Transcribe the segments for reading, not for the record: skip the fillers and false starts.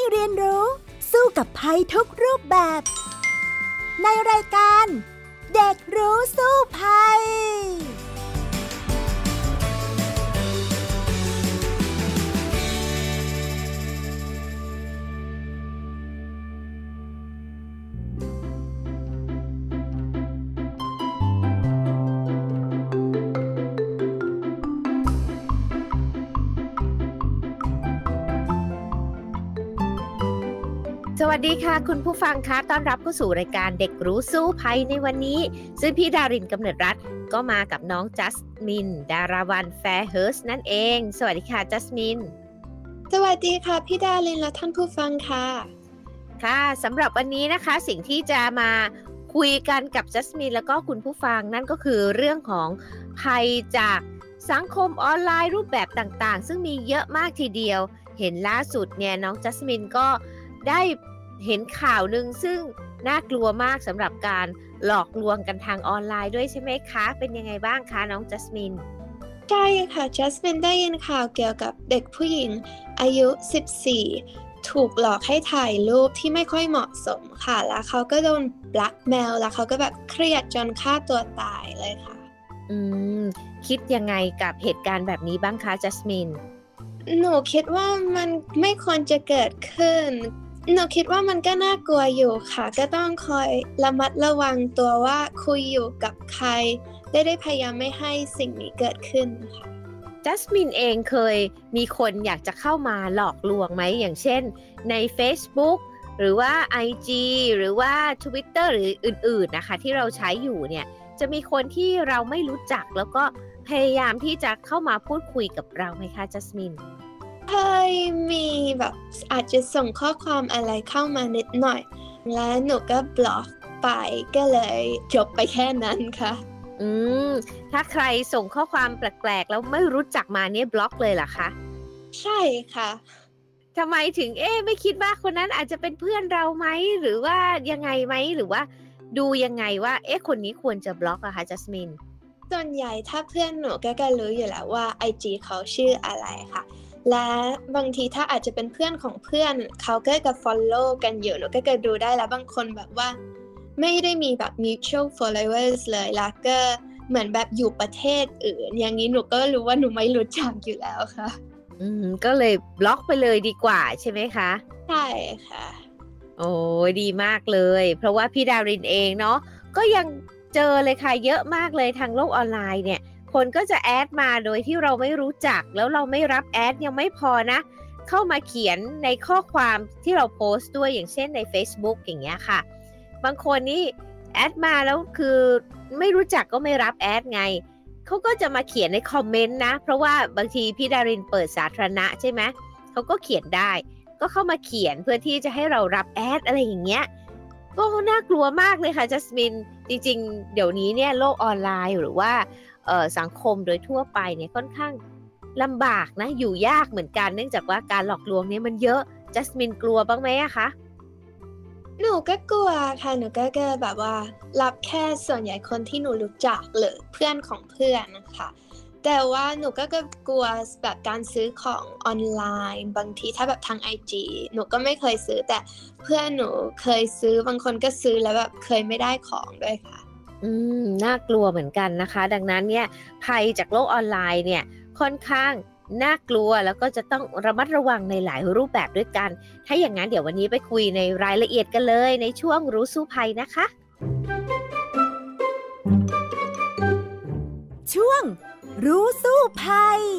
เรียนรู้สู้กับภัยทุกรูปแบบในรายการเด็กรู้สู้ภัยสวัสดีค่ะคุณผู้ฟังคะต้อนรับเข้าสู่รายการเด็กรู้สู้ภัยในวันนี้ซึ่งพี่ดารินกำเนิดรัตน์ก็มากับน้องจัสมินดาราวันแฟร์เฮิร์สนั่นเองสวัสดีค่ะจัสมินสวัสดีค่ะพี่ดารินและท่านผู้ฟังค่ะค่ะสำหรับวันนี้นะคะสิ่งที่จะมาคุยกันกับจัสมินแล้วก็คุณผู้ฟังนั่นก็คือเรื่องของภัยจากสังคมออนไลน์รูปแบบต่างๆซึ่งมีเยอะมากทีเดียวเห็นล่าสุดเนี่ยน้องจัสมินก็ได้เห็นข่าวหนึ่งซึ่งน่ากลัวมากสำหรับการหลอกลวงกันทางออนไลน์ด้วยใช่ไหมคะเป็นยังไงบ้างคะน้องจัสมินใช่ค่ะจัสมินได้ยินข่าวเกี่ยวกับเด็กผู้หญิงอายุ14ถูกหลอกให้ถ่ายรูปที่ไม่ค่อยเหมาะสมค่ะแล้วเขาก็โดนแบล็คเมลแล้วเขาก็แบบเครียดจนฆ่าตัวตายเลยค่ะคิดยังไงกับเหตุการณ์แบบนี้บ้างคะจัสมินหนูคิดว่ามันไม่ควรจะเกิดขึ้นหนูคิดว่ามันก็น่ากลัวอยู่ค่ะก็ต้องคอยระมัดระวังตัวว่าคุยอยู่กับใครได้พยายามไม่ให้สิ่งนี้เกิดขึ้นค่ะจัสมินเองเคยมีคนอยากจะเข้ามาหลอกลวงไหมอย่างเช่นใน Facebook หรือว่า IG หรือว่า Twitter หรืออื่นๆนะคะที่เราใช้อยู่เนี่ยจะมีคนที่เราไม่รู้จักแล้วก็พยายามที่จะเข้ามาพูดคุยกับเราไหมคะจัสมินเคยมีแบบอาจจะส่งข้อความอะไรเข้ามานิดหน่อยแล้วหนูก็บล็อกไปก็เลยจบไปแค่นั้นค่ะถ้าใครส่งข้อความแปลกๆแล้วไม่รู้จักมาเนี่ยบล็อกเลยเหรอคะใช่ค่ะทำไมถึงไม่คิดว่าคนนั้นอาจจะเป็นเพื่อนเราไหมหรือว่ายังไงไหมหรือว่าดูยังไงว่าคนนี้ควรจะบล็อกอะคะจัสมินส่วนใหญ่ถ้าเพื่อนหนูก็รู้อยู่แล้วว่า IG เขาชื่ออะไรค่ะและบางทีถ้าอาจจะเป็นเพื่อนของเพื่อนเขาก็จะ follow กันอยู่หนูก็ดูได้แล้วบางคนแบบว่าไม่ได้มีแบบ mutual followers เลยแล้วก็เหมือนแบบอยู่ประเทศอื่นอย่างนี้หนูก็รู้ว่าหนูไม่รู้จักอยู่แล้วค่ะก็เลยบล็อกไปเลยดีกว่าใช่ไหมคะใช่ค่ะโอ้ดีมากเลยเพราะว่าพี่ดารินเองเนาะก็ยังเจอเลยค่ะเยอะมากเลยทางโลกออนไลน์เนี่ยคนก็จะแอดมาโดยที่เราไม่รู้จักแล้วเราไม่รับแอดยังไม่พอนะเข้ามาเขียนในข้อความที่เราโพสต์ด้วยอย่างเช่นใน Facebook อย่างเงี้ยค่ะบางคนนี่แอดมาแล้วคือไม่รู้จักก็ไม่รับแอดไงเขาก็จะมาเขียนในคอมเมนต์นะเพราะว่าบางทีพี่ดารินเปิดสาธารณะใช่ไหมเขาก็เขียนได้ก็เข้ามาเขียนเพื่อที่จะให้เรารับแอดอะไรอย่างเงี้ยก็น่ากลัวมากเลยค่ะจัสมินจริงๆเดี๋ยวนี้เนี่ยโลกออนไลน์หรือว่าสังคมโดยทั่วไปเนี่ยค่อนข้างลำบากนะอยู่ยากเหมือนกันเนื่องจากว่าการหลอกลวงเนี่ยมันเยอะจัสมินกลัวบ้างไหมอะคะหนูก็กลัวค่ะหนูก็แบบว่ารับแค่ส่วนใหญ่คนที่หนูรู้จักหรือเพื่อนของเพื่อนนะคะแต่ว่าหนูก็กลัวแบบการซื้อของออนไลน์บางทีถ้าแบบทาง IG หนูก็ไม่เคยซื้อแต่เพื่อนหนูเคยซื้อบางคนก็ซื้อแล้วแบบเคยไม่ได้ของด้วยค่ะน่ากลัวเหมือนกันนะคะดังนั้นเนี่ยภัยจากโลกออนไลน์เนี่ยค่อนข้างน่ากลัวแล้วก็จะต้องระมัดระวังในหลายรูปแบบด้วยกันถ้าอย่างนั้นเดี๋ยววันนี้ไปคุยในรายละเอียดกันเลยในช่วงรู้สู้ภัยนะคะช่วงรู้สู้ภัย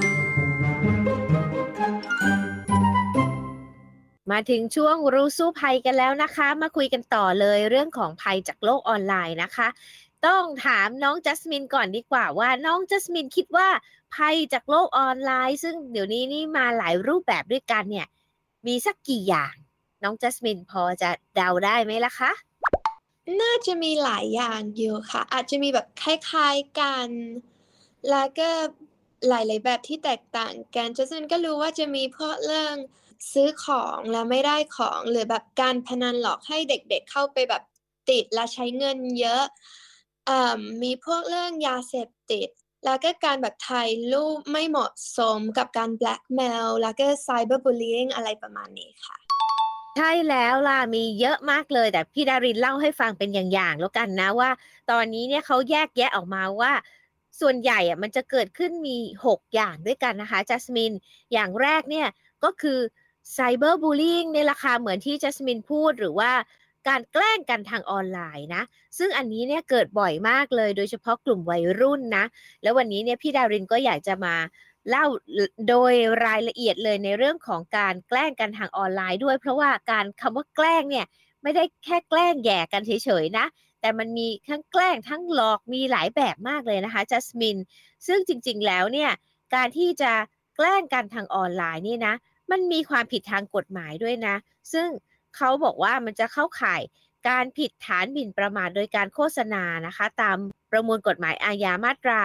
มาถึงช่วงรู้สู้ภัยกันแล้วนะคะมาคุยกันต่อเลยเรื่องของภัยจากโลกออนไลน์นะคะต้องถามน้องจัสมินก่อนดีกว่าว่าน้องจัสมินคิดว่าภัยจากโลกออนไลน์ซึ่งเดี๋ยวนี้นี่มาหลายรูปแบบด้วยกันเนี่ยมีสักกี่อย่างน้องจัสมินพอจะเดาได้ไหมล่ะคะน่าจะมีหลายอย่างอยู่ค่ะอาจจะมีแบบคล้ายๆกันแล้วก็หลายๆแบบที่แตกต่างกันจัสมินก็รู้ว่าจะมีพวกเรื่องซื้อของแล้วไม่ได้ของหรือแบบการพนันหลอกให้เด็กๆเข้าไปแบบติดและใช้เงินเยอะมีพวกเรื่องยาเสพติดแล้วก็การแบบถ่ายรูปไม่เหมาะสมกับการแบล็กเมลแล้วก็ไซเบอร์บูลลี i งอะไรประมาณนี้ค่ะใช่แล้วล่ะมีเยอะมากเลยแต่พี่ดารินเล่าให้ฟังเป็นอย่างๆแล้วกันนะว่าตอนนี้เนี่ยเขาแยกแยะออกมาว่าส่วนใหญ่อะมันจะเกิดขึ้นมี6อย่างด้วยกันนะคะจัสมินอย่างแรกเนี่ยก็คือไซเบอร์บูล y ิ n งในราคาเหมือนที่จัสมินพูดหรือว่าการแกล้งกันทางออนไลน์นะซึ่งอันนี้เนี่ยเกิดบ่อยมากเลยโดยเฉพาะกลุ่มวัยรุ่นนะแล้ววันนี้เนี่ยพี่ดารินก็อยากจะมาเล่าโดยรายละเอียดเลยในเรื่องของการแกล้งกันทางออนไลน์ด้วยเพราะว่าการคำว่าแกล้งเนี่ยไม่ได้แค่แกล้งแย่กันเฉยๆนะแต่มันมีทั้งแกล้งทั้งหลอกมีหลายแบบมากเลยนะคะจัสมินซึ่งจริงๆแล้วเนี่ยการที่จะแกล้งกันทางออนไลน์นี่นะมันมีความผิดทางกฎหมายด้วยนะซึ่งเขาบอกว่ามันจะเข้าข่ายการผิดฐานหมิ่นประมาทโดยการโฆษณานะคะตามประมวลกฎหมายอาญามาตรา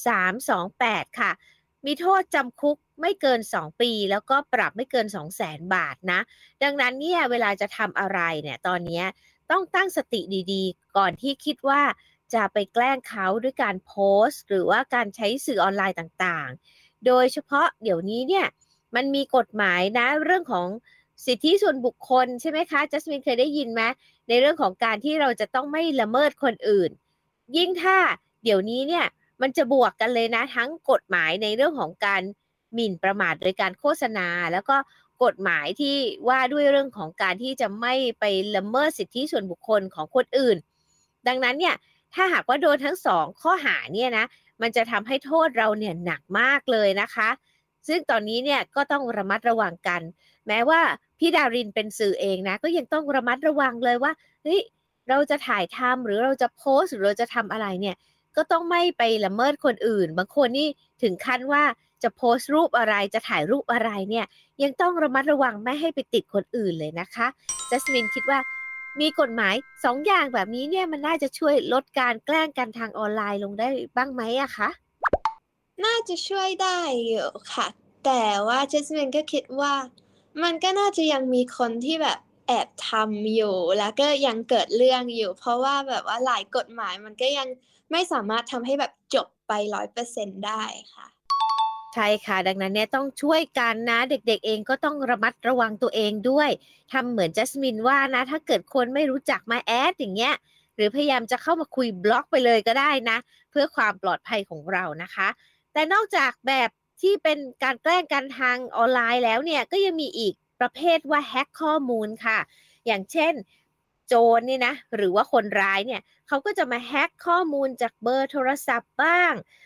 328ค่ะมีโทษจำคุกไม่เกิน2ปีแล้วก็ปรับไม่เกิน200,000 บาทนะดังนั้นเนี่ยเวลาจะทำอะไรเนี่ยตอนนี้ต้องตั้งสติดีๆก่อนที่คิดว่าจะไปแกล้งเขาด้วยการโพสต์หรือว่าการใช้สื่อออนไลน์ต่างๆโดยเฉพาะเดี๋ยวนี้เนี่ยมันมีกฎหมายนะเรื่องของสิทธิส่วนบุคคลใช่ไหมคะจัสมินเคยได้ยินไหมในเรื่องของการที่เราจะต้องไม่ละเมิดคนอื่นยิ่งถ้าเดี๋ยวนี้เนี่ยมันจะบวกกันเลยนะทั้งกฎหมายในเรื่องของการหมิ่นประมาทโดยการโฆษณาแล้วก็กฎหมายที่ว่าด้วยเรื่องของการที่จะไม่ไปละเมิดสิทธิส่วนบุคคลของคนอื่นดังนั้นเนี่ยถ้าหากว่าโดนทั้งสองข้อหาเนี่ยนะมันจะทำให้โทษเราเนี่ยหนักมากเลยนะคะซึ่งตอนนี้เนี่ยก็ต้องระมัดระวังกันแม้ว่าพี่ดารินเป็นสื่อเองนะก็ยังต้องระมัดระวังเลยว่าเฮ้ยเราจะถ่ายทำหรือเราจะโพสต์หรือเราจะทำอะไรเนี่ยก็ต้องไม่ไปละเมิดคนอื่นบางคนนี่ถึงขั้นว่าจะโพสต์รูปอะไรจะถ่ายรูปอะไรเนี่ยยังต้องระมัดระวังไม่ให้ไปติดคนอื่นเลยนะคะจัสมินคิดว่ามีกฎหมาย2 อย่างแบบนี้เนี่ยมันน่าจะช่วยลดการแกล้งกันทางออนไลน์ลงได้บ้างไหมอะคะน่าจะช่วยได้อยู่ค่ะแต่ว่าเจสมินก็คิดว่ามันก็น่าจะยังมีคนที่แบบแอบทำอยู่แล้วก็ยังเกิดเรื่องอยู่เพราะว่าแบบว่าหลายกฎหมายมันก็ยังไม่สามารถทำให้แบบจบไป100%ได้ค่ะใช่ค่ะดังนั้นเนี่ยต้องช่วยกันนะเด็กๆเองก็ต้องระมัดระวังตัวเองด้วยทำเหมือนจัสมินว่านะถ้าเกิดคนไม่รู้จักมาแอดอย่างเงี้ยหรือพยายามจะเข้ามาคุยบล็อกไปเลยก็ได้นะเพื่อความปลอดภัยของเรานะคะแต่นอกจากแบบที่เป็นการแกล้งกันทางออนไลน์แล้วเนี่ยก็ยังมีอีกประเภทว่าแฮ็กข้อมูลค่ะอย่างเช่นโจรนี่นะหรือว่าคนร้ายเนี่ยเขาก็จะมาแฮ็กข้อมูลจากเบอร์โทรศัพท์บ้าง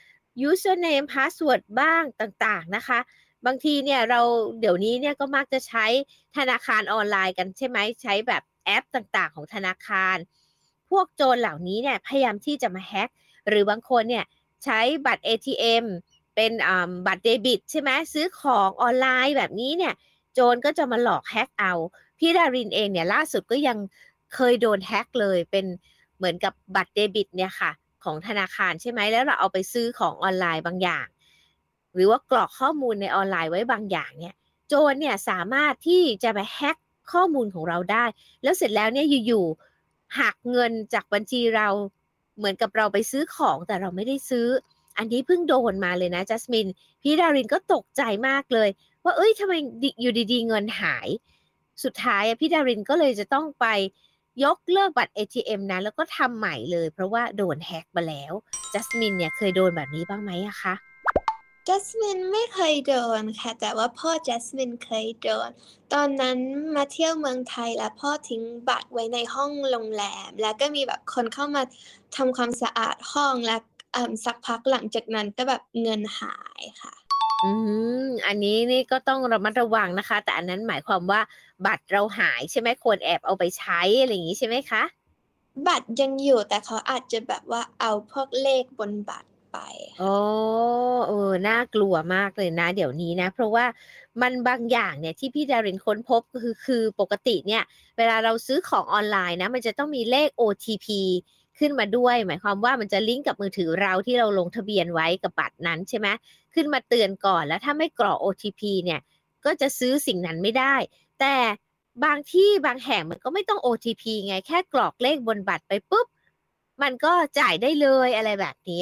username password บ้างต่างๆนะคะบางทีเนี่ยเราเดี๋ยวนี้เนี่ยก็มักจะใช้ธนาคารออนไลน์กันใช่ไหมใช้แบบแอปต่างๆของธนาคารพวกโจรเหล่านี้เนี่ยพยายามที่จะมาแฮ็กหรือบางคนเนี่ยใช้บัตร ATM เป็นบัตรเดบิตใช่ไหมซื้อของออนไลน์แบบนี้เนี่ยโจรก็จะมาหลอกแฮ็กเอาพี่ดารินเองเนี่ยล่าสุดก็ยังเคยโดนแฮ็กเลยเป็นเหมือนกับบัตรเดบิตเนี่ยค่ะของธนาคารใช่ไหมแล้วเราเอาไปซื้อของออนไลน์บางอย่างหรือว่ากรอกข้อมูลในออนไลน์ไว้บางอย่างเนี่ยโจรเนี่ยสามารถที่จะไปแฮ็กข้อมูลของเราได้แล้วเสร็จแล้วเนี่ยอยู่ๆหักเงินจากบัญชีเราเหมือนกับเราไปซื้อของแต่เราไม่ได้ซื้ออันนี้เพิ่งโดนมาเลยนะจัสมินพี่ดารินก็ตกใจมากเลยว่าเอ้ยทำไมอยู่ดีๆเงินหายสุดท้ายพี่ดารินก็เลยจะต้องไปยกเลิกบัตร ATM นะแล้วก็ทำใหม่เลยเพราะว่าโดนแฮ็กมาแล้วจัสมินเนี่ยเคยโดนแบบนี้บ้างไหมอะคะจัสมินไม่เคยโดนค่ะแต่ว่าพ่อจัสมินเคยโดนตอนนั้นมาเที่ยวเมืองไทยแล้วพ่อทิ้งบัตรไว้ในห้องโรงแรมแล้วก็มีแบบคนเข้ามาทำความสะอาดห้องแล้วสักพักหลังจากนั้นก็แบบเงินหายค่ะอือันนี้นี่ก็ต้องระมัดระวังนะคะแต่อันนั้นหมายความว่าบัตรเราหายใช่ไหมคนแอบเอาไปใช้อะไรอย่างนี้ใช่ไหมคะบัตรยังอยู่แต่เขาอาจจะแบบว่าเอาพวกเลขบนบัตรไปอ๋อน่ากลัวมากเลยนะเดี๋ยวนี้นะเพราะว่ามันบางอย่างเนี่ยที่พี่ดารินค้นพบก็คือปกติเนี่ยเวลาเราซื้อของออนไลน์นะมันจะต้องมีเลข OTP ขึ้นมาด้วยหมายความว่ามันจะลิงก์กับมือถือเราที่เราลงทะเบียนไว้กับบัตรนั้นใช่ไหมขึ้นมาเตือนก่อนแล้วถ้าไม่กรอก OTP เนี่ยก็จะซื้อสิ่งนั้นไม่ได้แต่บางที่บางแห่งมันก็ไม่ต้อง OTP ไงแค่กรอกเลขบนบัตรไปปุ๊บมันก็จ่ายได้เลยอะไรแบบเนี้ย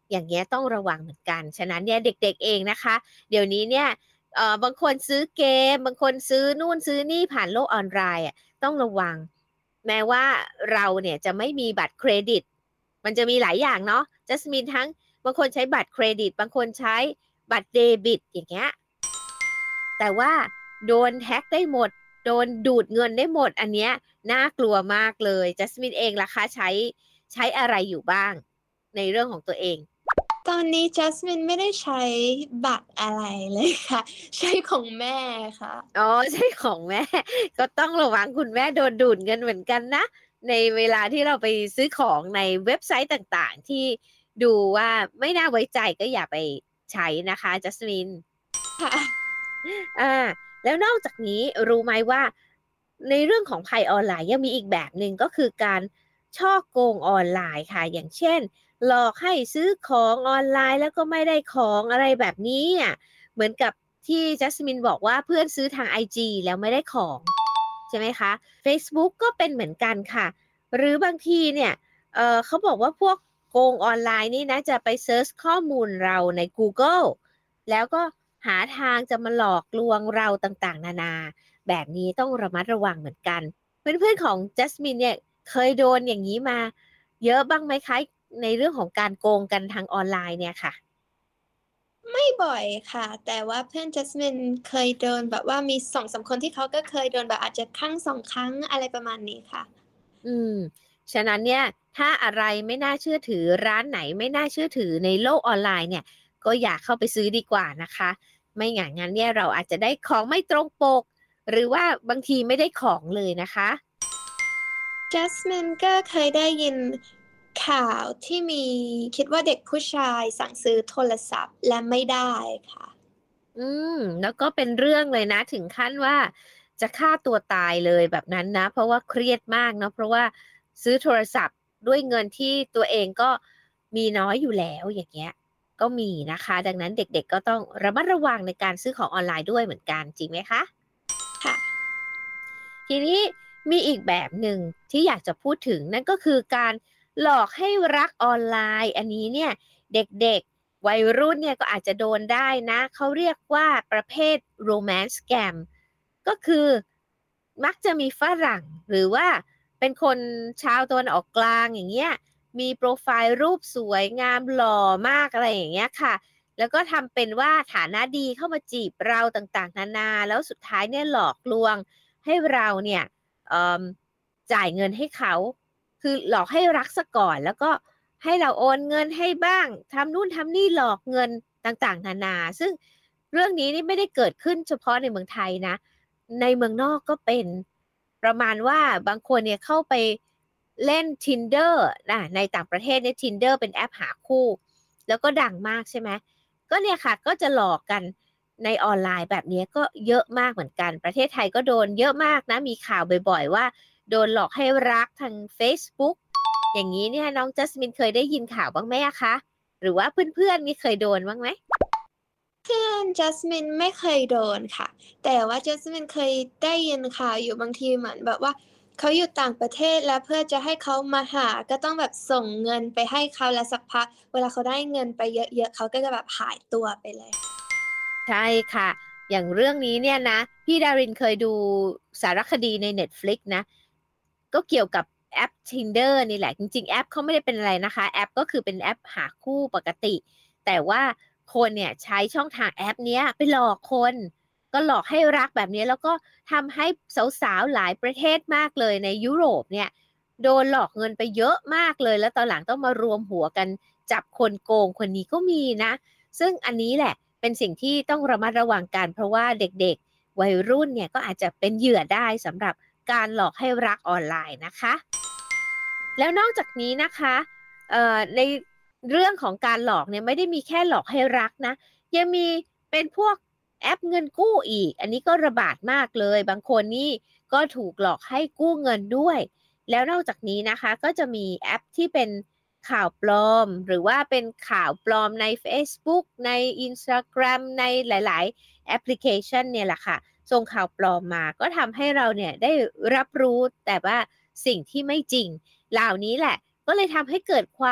อย่างเงี้ยต้องระวังเหมือนกันฉะนั้นเนี่ยเด็กๆเองนะคะเดี๋ยวนี้เนี่ยบางคนซื้อเกมบางคนซื้อนู่นซื้อนี่ผ่านโลกออนไลน์ต้องระวังแม้ว่าเราเนี่ยจะไม่มีบัตรเครดิตมันจะมีหลายอย่างเนาะจัสมินทั้งบางคนใช้บัตรเครดิตบางคนใช้บัตรเดบิตอย่างเงี้ยแต่ว่าโดนแฮ็กได้หมดโดนดูดเงินได้หมดอันเนี้ยน่ากลัวมากเลยจัสมินเองล่ะคะใช้อะไรอยู่บ้างในเรื่องของตัวเองตอนนี้จัสมินไม่ได้ใช้บัตรอะไรเลยค่ะ ใช้ของแม่ค่ะอ๋อใช่ของแม่ ก็ต้องระวังคุณแม่โดนดูดเงินเหมือนกันนะในเวลาที่เราไปซื้อของในเว็บไซต์ต่างๆที่ดูว่าไม่น่าไว้ใจก็อย่าไปใช้นะคะจัสมินค่ะแล้วนอกจากนี้รู้ไหมว่าในเรื่องของภัยออนไลน์ยังมีอีกแบบหนึ่งก็คือการช่อโกงออนไลน์ค่ะอย่างเช่นหลอกให้ซื้อของออนไลน์แล้วก็ไม่ได้ของอะไรแบบนี้เหมือนกับที่จัสมินบอกว่าเพื่อนซื้อทาง IG แล้วไม่ได้ของใช่ไหมคะ Facebook ก็เป็นเหมือนกันค่ะหรือบางทีเนี่ยเขาบอกว่าพวกโกงออนไลน์นี่นะจะไปเซิร์ชข้อมูลเราใน Google แล้วก็หาทางจะมาหลอกลวงเราต่างๆนานาแบบนี้ต้องระมัดระวังเหมือนกันเพื่อนๆของจัสมินเนี่ยเคยโดนอย่างนี้มาเยอะบ้างไหมคะในเรื่องของการโกงกันทางออนไลน์เนี่ยค่ะไม่บ่อยค่ะ แต่ว่าเพื่อนจัสมินเคยโดนแบบว่ามี2-3คนที่เขาก็เคยโดนแบบอาจจะครั้ง2 ครั้งอะไรประมาณนี้ค่ะฉะนั้นเนี่ยถ้าอะไรไม่น่าเชื่อถือร้านไหนไม่น่าเชื่อถือในโลกออนไลน์เนี่ยก็อย่าเข้าไปซื้อดีกว่านะคะไม่อย่างนั้นเนี่ยเราอาจจะได้ของไม่ตรงปกหรือว่าบางทีไม่ได้ของเลยนะคะจัสมินก็เคยได้ยินข่าวที่มีคิดว่าเด็กผู้ชายสั่งซื้อโทรศัพท์และไม่ได้ค่ะแล้วก็เป็นเรื่องเลยนะถึงขั้นว่าจะฆ่าตัวตายเลยแบบนั้นนะเพราะว่าเครียดมากเนาะเพราะว่าซื้อโทรศัพท์ด้วยเงินที่ตัวเองก็มีน้อยอยู่แล้วอย่างเงี้ยก็มีนะคะดังนั้นเด็กๆก็ต้องระมัดระวังในการซื้อของออนไลน์ด้วยเหมือนกันจริงไหมคะค่ะทีนี้มีอีกแบบหนึ่งที่อยากจะพูดถึงนั่นก็คือการหลอกให้รักออนไลน์อันนี้เนี่ยเด็กๆวัยรุ่นเนี่ยก็อาจจะโดนได้นะเขาเรียกว่าประเภท romance scam ก็คือมักจะมีฝรั่งหรือว่าเป็นคนชาวตะวันออกกลางอย่างเงี้ยมีโปรไฟล์รูปสวยงามหล่อมากอะไรอย่างเงี้ยค่ะแล้วก็ทำเป็นว่าฐานะดีเข้ามาจีบเราต่างๆนานาแล้วสุดท้ายเนี่ยหลอกลวงให้เราเนี่ยจ่ายเงินให้เขาคือหลอกให้รักซะก่อนแล้วก็ให้เราโอนเงินให้บ้างทำนู่นทำนี่หลอกเงินต่างๆนานาซึ่งเรื่องนี้นี่ไม่ได้เกิดขึ้นเฉพาะในเมืองไทยนะในเมืองนอกก็เป็นประมาณว่าบางคนเนี่ยเข้าไปเล่น Tinder ในต่างประเทศเนี่ย Tinder เป็นแอปหาคู่แล้วก็ดังมากใช่ไหมก็เนี่ยค่ะก็จะหลอกกันในออนไลน์แบบนี้ก็เยอะมากเหมือนกันประเทศไทยก็โดนเยอะมากนะมีข่าวบ่อยๆว่าโดนหลอกให้รักทาง Facebook อย่างนี้เนี่ยน้องจัสมินเคยได้ยินข่าวบ้างไหมคะหรือว่าเพื่อนๆนี่เคยโดนบ้างไหมเพื่อนจัสมินไม่เคยโดนค่ะ แต่ว่าจัสมินเคยได้ยินข่าวอยู่บางทีเหมือนแบบว่าเขาอยู่ต่างประเทศแล้วเพื่อจะให้เขามาหาก็ต้องแบบส่งเงินไปให้เขาแล้วสักพักเวลาเขาได้เงินไปเยอะๆเขาก็จะแบบหายตัวไปเลยใช่ค่ะอย่างเรื่องนี้เนี่ยนะพี่ดารินเคยดูสารคดีใน Netflix นะก็เกี่ยวกับแอป Tinder นี่แหละจริงๆแอปเขาไม่ได้เป็นอะไรนะคะแอปก็คือเป็นแอปหาคู่ปกติแต่ว่าคนเนี่ยใช้ช่องทางแอปเนี้ยไปหลอกคนก็หลอกให้รักแบบนี้แล้วก็ทำให้สาวๆหลายประเทศมากเลยในยุโรปเนี่ยโดนหลอกเงินไปเยอะมากเลยแล้วตอนหลังต้องมารวมหัวกันจับคนโกงคนนี้ก็มีนะซึ่งอันนี้แหละเป็นสิ่งที่ต้องระมัดระวังกันเพราะว่าเด็กๆวัยรุ่นเนี่ยก็อาจจะเป็นเหยื่อได้สำหรับการหลอกให้รักออนไลน์นะคะแล้วนอกจากนี้นะคะในเรื่องของการหลอกเนี่ยไม่ได้มีแค่หลอกให้รักนะยังมีเป็นพวกแอปเงินกู้อีกอันนี้ก็ระบาดมากเลยบางคนนี่ก็ถูกหลอกให้กู้เงินด้วยแล้วนอกจากนี้นะคะก็จะมีแอปที่เป็นข่าวปลอมหรือว่าเป็นข่าวปลอมใน Facebook ใน Instagram ในหลายๆแอปพลิเคชันเนี่ยแหละค่ะส่งข่าวปลอมมาก็ทำให้เราเนี่ยได้รับรู้แต่ว่าสิ่งที่ไม่จริงเหล่านี้แหละก็เลยทำให้เกิดความ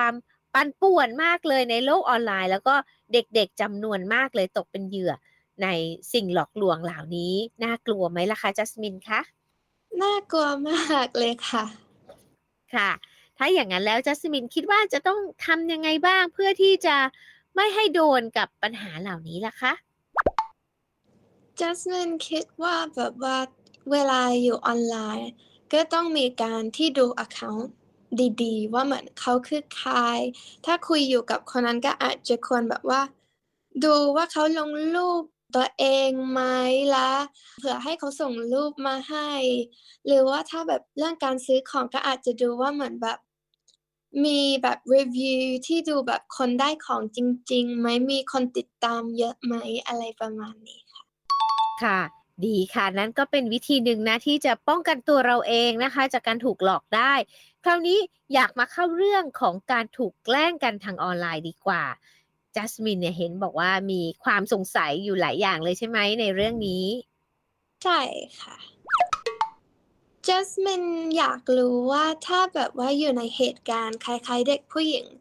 ปั่นป่วนมากเลยในโลกออนไลน์แล้วก็เด็กๆจำนวนมากเลยตกเป็นเหยื่อในสิ่งหลอกลวงเหล่านี้น่ากลัวไหมล่ะคะจัสมินคะน่ากลัวมากเลยค่ะค่ะถ้าอย่างนั้นแล้วจัสมินคิดว่าจะต้องทำยังไงบ้างเพื่อที่จะไม่ให้โดนกับปัญหาเหล่านี้ล่ะคะจัสมินคิดว่าแบบว่าเวลาอยู่ออนไลน์ก็ต้องมีการที่ดู account ดีๆว่าเหมือนเขาคือใครถ้าคุยอยู่กับคนนั้นก็อาจจะควรแบบว่าดูว่าเขาลงรูปตัวเองไหมและเผื่อให้เขาส่งรูปมาให้หรือว่าถ้าแบบเรื่องการซื้อของก็อาจจะดูว่าเหมือนแบบมีแบบรีวิวที่ดูแบบคนได้ของจริงๆไหมมีคนติดตามเยอะไหมอะไรประมาณนี้ค่ะค่ะดีค่ะนั่นก็เป็นวิธีหนึ่งนะที่จะป้องกันตัวเราเองนะคะจากการถูกหลอกได้คราวนี้อยากมาเข้าเรื่องของการถูกแกล้งกันทางออนไลน์ดีกว่าจัสมินเนี่ยเห็นบอกว่ามีความสงสัยอยู่หลายอย่างเลยใช่ไหมในเรื่องนี้ใช่ค่ะจัสมินอยากรู้ว่าถ้าแบบว่าอยู่ในเหตุการณ์คล้ายๆเด็กผู้หญิง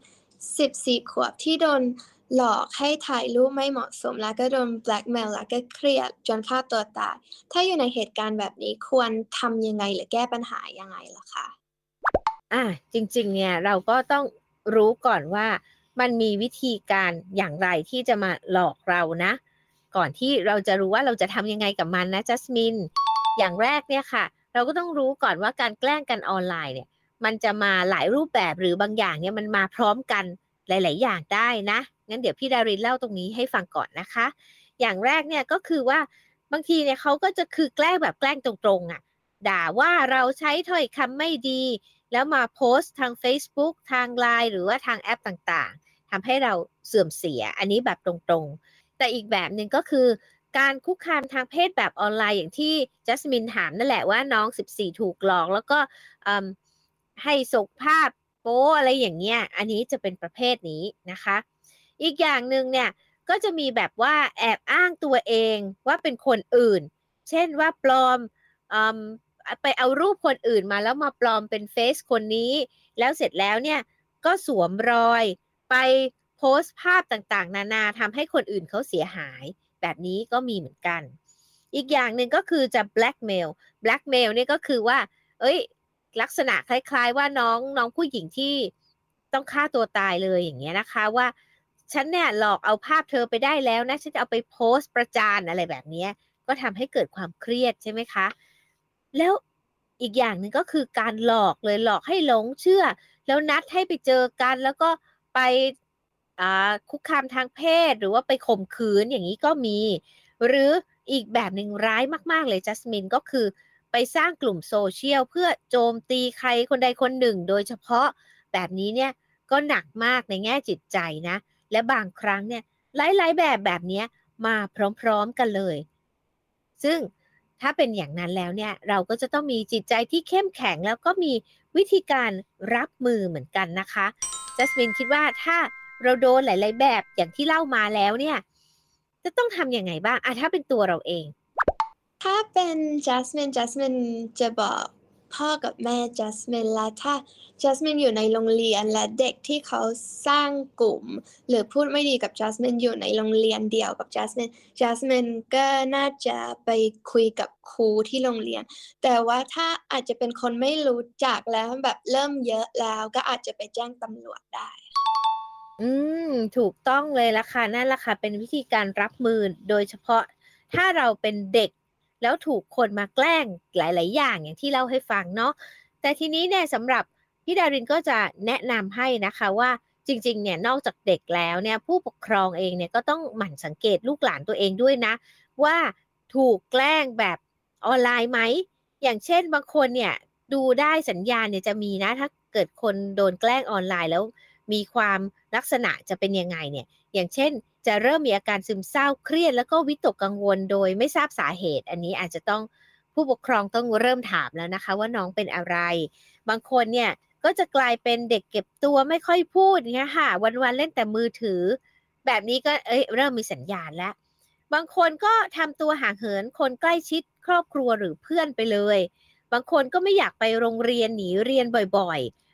14ขวบที่โดนหลอกให้ถ่ายรูปไม่เหมาะสมแล้วก็โดนแบล็กเมลแล้วก็เครียดจนฆ่าตัวตายถ้าอยู่ในเหตุการณ์แบบนี้ควรทำยังไงหรือแก้ปัญหายังไงล่ะคะจริงๆเนี่ยเราก็ต้องรู้ก่อนว่ามันมีวิธีการอย่างไรที่จะมาหลอกเรานะก่อนที่เราจะรู้ว่าเราจะทำยังไงกับมันนะจัสมินอย่างแรกเนี่ยค่ะเราก็ต้องรู้ก่อนว่าการแกล้งกันออนไลน์เนี่ยมันจะมาหลายรูปแบบหรือบางอย่างเนี่ยมันมาพร้อมกันหลายๆอย่างได้นะงั้นเดี๋ยวพี่ดารินเล่าตรงนี้ให้ฟังก่อนนะคะอย่างแรกเนี่ยก็คือว่าบางทีเนี่ยเขาก็จะคือแกล้งแบบแกล้งตรงๆด่าว่าเราใช้ถ้อยคำไม่ดีแล้วมาโพสต์ทาง Facebook ทาง LINE หรือว่าทางแอปต่างๆทำให้เราเสื่อมเสียอันนี้แบบตรงๆแต่อีกแบบหนึ่งก็คือการคุกคามทางเพศแบบออนไลน์อย่างที่จัสมินถามนั่นแหละว่าน้อง14ถูกหลอกแล้วก็ให้ส่งภาพโป๊อะไรอย่างเงี้ยอันนี้จะเป็นประเภทนี้นะคะอีกอย่างหนึ่งเนี่ยก็จะมีแบบว่าแอบอ้างตัวเองว่าเป็นคนอื่นเช่นว่าปลอมไปเอารูปคนอื่นมาแล้วมาปลอมเป็นเฟซคนนี้แล้วเสร็จแล้วเนี่ยก็สวมรอยไปโพสต์ภาพต่างๆนานาทำให้คนอื่นเขาเสียหายแบบนี้ก็มีเหมือนกันอีกอย่างหนึ่งก็คือจะ blackmail เนี่ยก็คือว่าลักษณะคล้ายๆว่าน้องผู้หญิงที่ต้องฆ่าตัวตายเลยอย่างเงี้ยนะคะว่าฉันเนี่ยหลอกเอาภาพเธอไปได้แล้วนะฉันจะเอาไปโพสต์ประจานอะไรแบบนี้ก็ทำให้เกิดความเครียดใช่ไหมคะแล้วอีกอย่างหนึ่งก็คือการหลอกเลยหลอกให้หลงเชื่อแล้วนัดให้ไปเจอกันแล้วก็ไปคุกคามทางเพศหรือว่าไปข่มขืนอย่างนี้ก็มีหรืออีกแบบหนึ่งร้ายมากๆเลยจัสมินก็คือไปสร้างกลุ่มโซเชียลเพื่อโจมตีใครคนใดคนหนึ่งโดยเฉพาะแบบนี้เนี่ยก็หนักมากในแง่จิตใจนะและบางครั้งเนี่ยหลายๆแบบนี้มาพร้อมๆกันเลยซึ่งถ้าเป็นอย่างนั้นแล้วเนี่ยเราก็จะต้องมีจิตใจที่เข้มแข็งแล้วก็มีวิธีการรับมือเหมือนกันนะคะจัสมินคิดว่าถ้าเราโดนหลายๆแบบอย่างที่เล่ามาแล้วเนี่ยจะต้องทำยังไงบ้างถ้าเป็นตัวเราเองถ้าเป็นจัสมินจะบอกพ่อกับแม่จัสมินและถ้าจัสมินอยู่ในโรงเรียนและเด็กที่เขาสร้างกลุ่มหรือพูดไม่ดีกับจัสมินอยู่ในโรงเรียนเดียวกับจัสมินก็น่าจะไปคุยกับครูที่โรงเรียนแต่ว่าถ้าอาจจะเป็นคนไม่รู้จักแล้วแบบเริ่มเยอะแล้วก็อาจจะไปแจ้งตำรวจได้อืถูกต้องเลยละค่ะนั่นละค่ะเป็นวิธีการรับมือโดยเฉพาะถ้าเราเป็นเด็กแล้วถูกคนมาแกล้งหลายๆอย่างอย่างที่เล่าให้ฟังเนาะแต่ทีนี้เนี่ยสำหรับพี่ดารินก็จะแนะนำให้นะคะว่าจริงๆเนี่ยนอกจากเด็กแล้วเนี่ยผู้ปกครองเองเนี่ยก็ต้องหมั่นสังเกตลูกหลานตัวเองด้วยนะว่าถูกแกล้งแบบออนไลน์ไหมอย่างเช่นบางคนเนี่ยดูได้สัญญาณเนี่ยจะมีนะถ้าเกิดคนโดนแกล้งออนไลน์แล้วมีความลักษณะจะเป็นยังไงเนี่ยอย่างเช่นจะเริ่มมีอาการซึมเศร้าเครียดแล้วก็วิตกกังวลโดยไม่ทราบสาเหตุอันนี้อาจจะต้องผู้ปกครองต้องเริ่มถามแล้วนะคะว่าน้องเป็นอะไรบางคนเนี่ยก็จะกลายเป็นเด็กเก็บตัวไม่ค่อยพูดเนี่ยค่ะวันๆเล่นแต่มือถือแบบนี้ก็เริ่มมีสัญญาณแล้วบางคนก็ทำตัวห่างเหินคนใกล้ชิดครอบครัวหรือเพื่อนไปเลยบางคนก็ไม่อยากไปโรงเรียนหนีเรียนบ่อย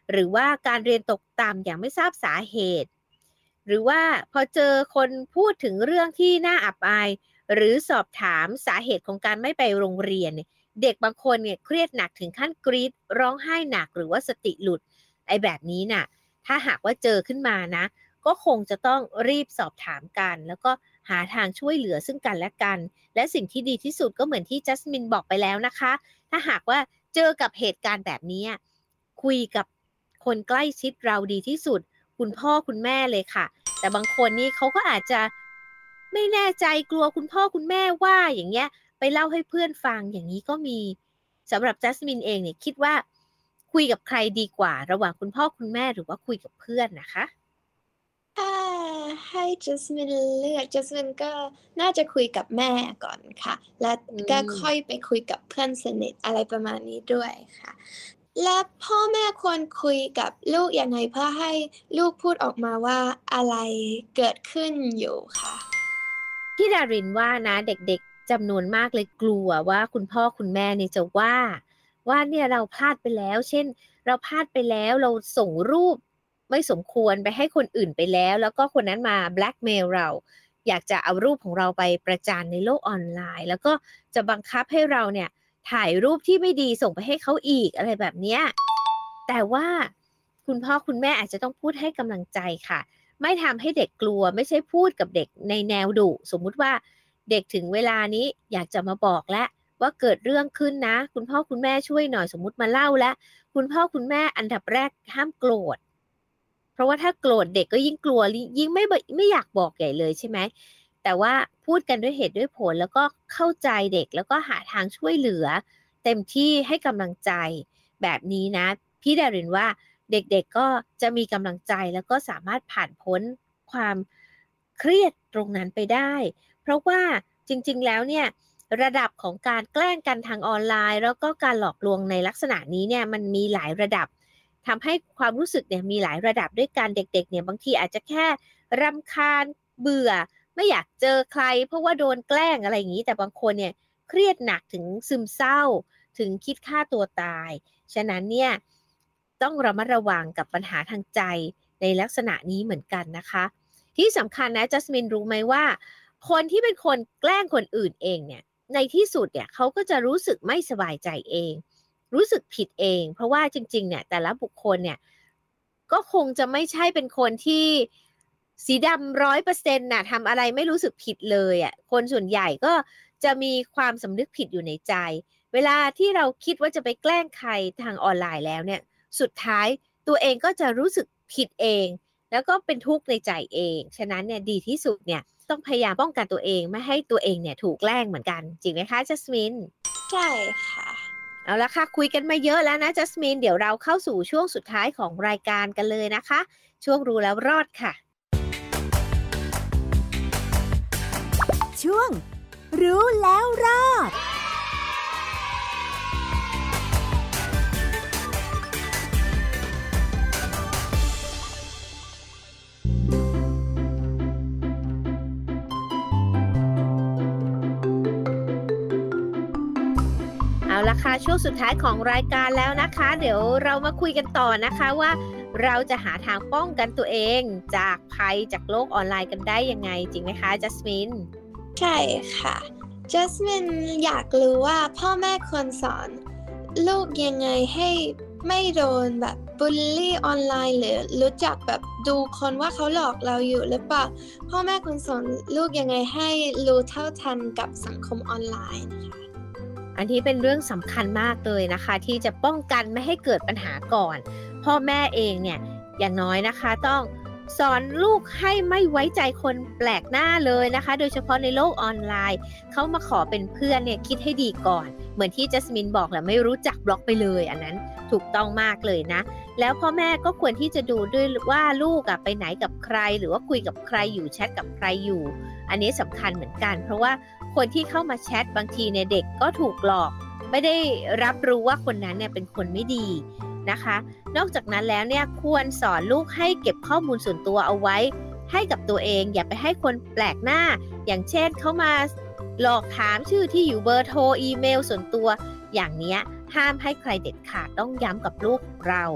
หรือว่าการเรียนตกต่ำอย่างไม่ทราบสาเหตุหรือว่าพอเจอคนพูดถึงเรื่องที่น่าอับอายหรือสอบถามสาเหตุของการไม่ไปโรงเรียนเนี่ยเด็กบางคนเนี่ยเครียดหนักถึงขั้นกรีดร้องไห้หนักหรือว่าสติหลุดไอ้แบบนี้น่ะถ้าหากว่าเจอขึ้นมานะก็คงจะต้องรีบสอบถามกันแล้วก็หาทางช่วยเหลือซึ่งกันและกันและสิ่งที่ดีที่สุดก็เหมือนที่จัสมินบอกไปแล้วนะคะถ้าหากว่าเจอกับเหตุการณ์แบบนี้คุยกับคนใกล้ชิดเราดีที่สุดคุณพ่อคุณแม่เลยค่ะแต่บางคนนี่เขาก็อาจจะไม่แน่ใจกลัวคุณพ่อคุณแม่ว่าอย่างเงี้ยไปเล่าให้เพื่อนฟังอย่างนี้ก็มีสำหรับจัสมินเองเนี่ยคิดว่าคุยกับใครดีกว่าระหว่างคุณพ่อคุณแม่หรือว่าคุยกับเพื่อนนะคะถ้าให้จัสมินเลือกจัสมินก็น่าจะคุยกับแม่ก่อนค่ะแล้วก็ค่อยไปคุยกับเพื่อนสนิทอะไรประมาณนี้ด้วยค่ะและพ่อแม่ควรคุยกับลูกยังไงเพื่อให้ลูกพูดออกมาว่าอะไรเกิดขึ้นอยู่ค่ะพี่ดารินว่านะเด็กๆจำนวนมากเลยกลัวว่าคุณพ่อคุณแม่เนี่ยจะว่าเนี่ยเราพลาดไปแล้วเช่นเราพลาดไปแล้วเราส่งรูปไม่สมควรไปให้คนอื่นไปแล้วก็คนนั้นมาแบล็กเมลเราอยากจะเอารูปของเราไปประจานในโลกออนไลน์แล้วก็จะบังคับให้เราเนี่ยถ่ายรูปที่ไม่ดีส่งไปให้เขาอีกอะไรแบบเนี้ยแต่ว่าคุณพ่อคุณแม่อาจจะต้องพูดให้กำลังใจค่ะไม่ทำให้เด็กกลัวไม่ใช่พูดกับเด็กในแนวดุสมมุติว่าเด็กถึงเวลานี้อยากจะมาบอกแล้วว่าเกิดเรื่องขึ้นนะคุณพ่อคุณแม่ช่วยหน่อยสมมุติมาเล่าแล้วคุณพ่อคุณแม่อันดับแรกห้ามโกรธเพราะว่าถ้าโกรธเด็กก็ยิ่งกลัวยิ่งไม่อยากบอกใหญ่เลยใช่ไหมแต่ว่าพูดกันด้วยเหตุด้วยผลแล้วก็เข้าใจเด็กแล้วก็หาทางช่วยเหลือเต็มที่ให้กำลังใจแบบนี้นะพี่ดารินว่าเด็กๆก็จะมีกำลังใจแล้วก็สามารถผ่านพ้นความเครียดตรงนั้นไปได้เพราะว่าจริงๆแล้วเนี่ยระดับของการแกล้งกันทางออนไลน์แล้วก็การหลอกลวงในลักษณะนี้เนี่ยมันมีหลายระดับทำให้ความรู้สึกเนี่ยมีหลายระดับด้วยกันเด็กๆเนี่ยบางทีอาจจะแค่รำคาญเบื่อไม่อยากเจอใครเพราะว่าโดนแกล้งอะไรอย่างนี้แต่บางคนเนี่ยเครียดหนักถึงซึมเศร้าถึงคิดฆ่าตัวตายฉะนั้นเนี่ยต้องระมัดระวังกับปัญหาทางใจในลักษณะนี้เหมือนกันนะคะที่สำคัญนะจัสมินรู้ไหมว่าคนที่เป็นคนแกล้งคนอื่นเองเนี่ยในที่สุดเนี่ยเขาก็จะรู้สึกไม่สบายใจเองรู้สึกผิดเองเพราะว่าจริงๆเนี่ยแต่ละบุคคลเนี่ยก็คงจะไม่ใช่เป็นคนที่สีดำ100%น่ะทำอะไรไม่รู้สึกผิดเลยอ่ะคนส่วนใหญ่ก็จะมีความสำนึกผิดอยู่ในใจเวลาที่เราคิดว่าจะไปแกล้งใครทางออนไลน์แล้วเนี่ยสุดท้ายตัวเองก็จะรู้สึกผิดเองแล้วก็เป็นทุกข์ในใจเองฉะนั้นเนี่ยดีที่สุดเนี่ยต้องพยายามป้องกันตัวเองไม่ให้ตัวเองเนี่ยถูกแกล้งเหมือนกันจริงไหมคะจัสมินใช่ค่ะเอาละค่ะคุยกันมาเยอะแล้วนะจัสมินเดี๋ยวเราเข้าสู่ช่วงสุดท้ายของรายการกันเลยนะคะช่วงรู้แล้วรอดค่ะช่วงรู้แล้วรอดเอาละค่ะช่วงสุดท้ายของรายการแล้วนะคะเดี๋ยวเรามาคุยกันต่อนะคะว่าเราจะหาทางป้องกันตัวเองจากภัยจากโลกออนไลน์กันได้ยังไงจริงไหมคะจัสมินใช่ค่ะจัสมินอยากรู้ว่าพ่อแม่ควรสอนลูกยังไงให้ไม่โดนแบบบูลลี่ออนไลน์หรือรู้จักแบบดูคนว่าเขาหลอกเราอยู่หรือเปล่าพ่อแม่ควรสอนลูกยังไงให้รู้เท่าทันกับสังคมออนไลน์นะคะอันนี้เป็นเรื่องสำคัญมากเลยนะคะที่จะป้องกันไม่ให้เกิดปัญหาก่อนพ่อแม่เองเนี่ยอย่างน้อยนะคะต้องสอนลูกให้ไม่ไว้ใจคนแปลกหน้าเลยนะคะโดยเฉพาะในโลกออนไลน์เขามาขอเป็นเพื่อนเนี่ยคิดให้ดีก่อนเหมือนที่จัสมินบอกแหละไม่รู้จักบล็อกไปเลยอันนั้นถูกต้องมากเลยนะแล้วพ่อแม่ก็ควรที่จะดูด้วยว่าลูกไปไหนกับใครหรือว่าคุยกับใครอยู่แชทกับใครอยู่อันนี้สำคัญเหมือนกันเพราะว่าคนที่เข้ามาแชทบางทีเนี่ยเด็กก็ถูกหลอกไม่ได้รับรู้ว่าคนนั้นเนี่ยเป็นคนไม่ดีนะคะนอกจากนั้นแล้วเนี่ยควรสอนลูกให้เก็บข้อมูลส่วนตัวเอาไว้ให้กับตัวเองอย่าไปให้คนแปลกหน้าอย่างเช่นเขามาหลอกถามชื่อที่อยู่เบอร์โทรอีเมลส่วนตัวอย่างนี้ห้ามให้ใครเด็ดขาดต้องย้ำกับลูกเรา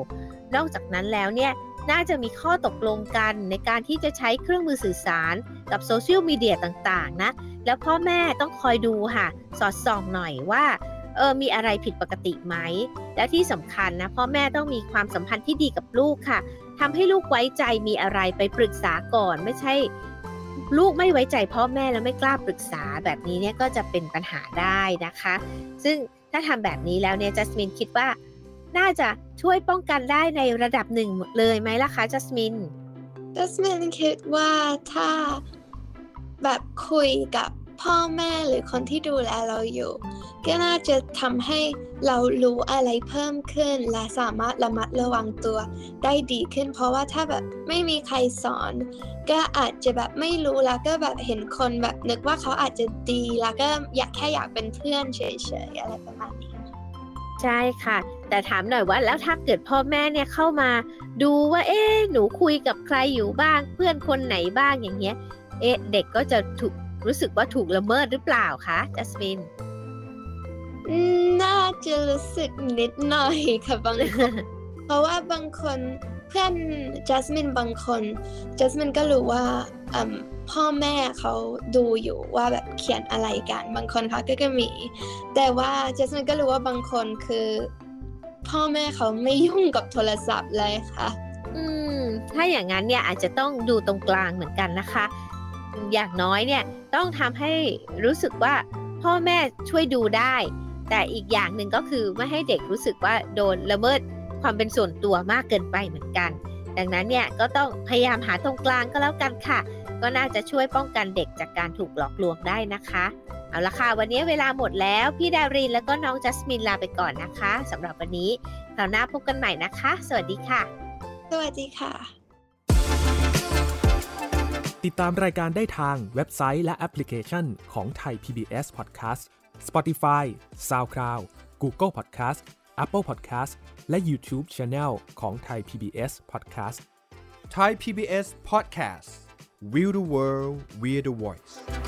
นอกจากนั้นแล้วเนี่ยน่าจะมีข้อตกลงกันในการที่จะใช้เครื่องมือสื่อสารกับโซเชียลมีเดียต่างๆนะแล้วพ่อแม่ต้องคอยดูค่ะสอดส่องหน่อยว่ามีอะไรผิดปกติไหมและที่สำคัญนะพ่อแม่ต้องมีความสัมพันธ์ที่ดีกับลูกค่ะทำให้ลูกไว้ใจมีอะไรไปปรึกษาก่อนไม่ใช่ลูกไม่ไว้ใจพ่อแม่แล้วไม่กล้าปรึกษาแบบนี้เนี่ยก็จะเป็นปัญหาได้นะคะซึ่งถ้าทำแบบนี้แล้วเนี่ยจัสมินคิดว่าน่าจะช่วยป้องกันได้ในระดับหนึ่งเลยไหมล่ะคะจัสมินคิดว่าถ้าแบบคุยกับพ่อแม่หรือคนที่ดูแลเราอยู่ก็น่าจะทำให้เรารู้อะไรเพิ่มขึ้นและสามารถระมัดระวังตัวได้ดีขึ้นเพราะว่าถ้าแบบไม่มีใครสอนก็อาจจะแบบไม่รู้แล้วก็แบบเห็นคนแบบนึกว่าเขาอาจจะดีแล้วก็แค่อยากเป็นเพื่อนเฉยๆอะไรประมาณนี้ใช่ค่ะแต่ถามหน่อยว่าแล้วถ้าเกิดพ่อแม่เนี่ยเข้ามาดูว่าหนูคุยกับใครอยู่บ้างเพื่อนคนไหนบ้างอย่างเงี้ยเด็กก็จะรู้สึกว่าถูกละเมิดหรือเปล่าคะจัสมินน่าจะรู้สึกนิดหน่อยค่ะบางคนเพราะว่าบางคนเพื่อนจัสมินบางคนจัสมินก็รู้ว่าพ่อแม่เขาดูอยู่ว่าแบบเขียนอะไรกันบางคนเขาก็มีแต่ว่าจัสมินก็รู้ว่าบางคนคือพ่อแม่เขาไม่ยุ่งกับโทรศัพท์เลยค่ะถ้าอย่างนั้นเนี่ยอาจจะต้องดูตรงกลางเหมือนกันนะคะอย่างน้อยเนี่ยต้องทำให้รู้สึกว่าพ่อแม่ช่วยดูได้แต่อีกอย่างหนึ่งก็คือไม่ให้เด็กรู้สึกว่าโดนละเมิดความเป็นส่วนตัวมากเกินไปเหมือนกันดังนั้นเนี่ยก็ต้องพยายามหาตรงกลางก็แล้วกันค่ะก็น่าจะช่วยป้องกันเด็กจากการถูกหลอกลวงได้นะคะเอาละค่ะวันนี้เวลาหมดแล้วพี่ดารินแล้วก็น้องจัสมินลาไปก่อนนะคะสำหรับวันนี้คราวหน้าพบกันใหม่นะคะสวัสดีค่ะสวัสดีค่ะติดตามรายการได้ทางเว็บไซต์และแอปพลิเคชันของ Thai PBS Podcast Spotify SoundCloud Google Podcast Apple Podcast และ YouTube Channel ของ Thai PBS Podcast Thai PBS Podcast We the World We the Voice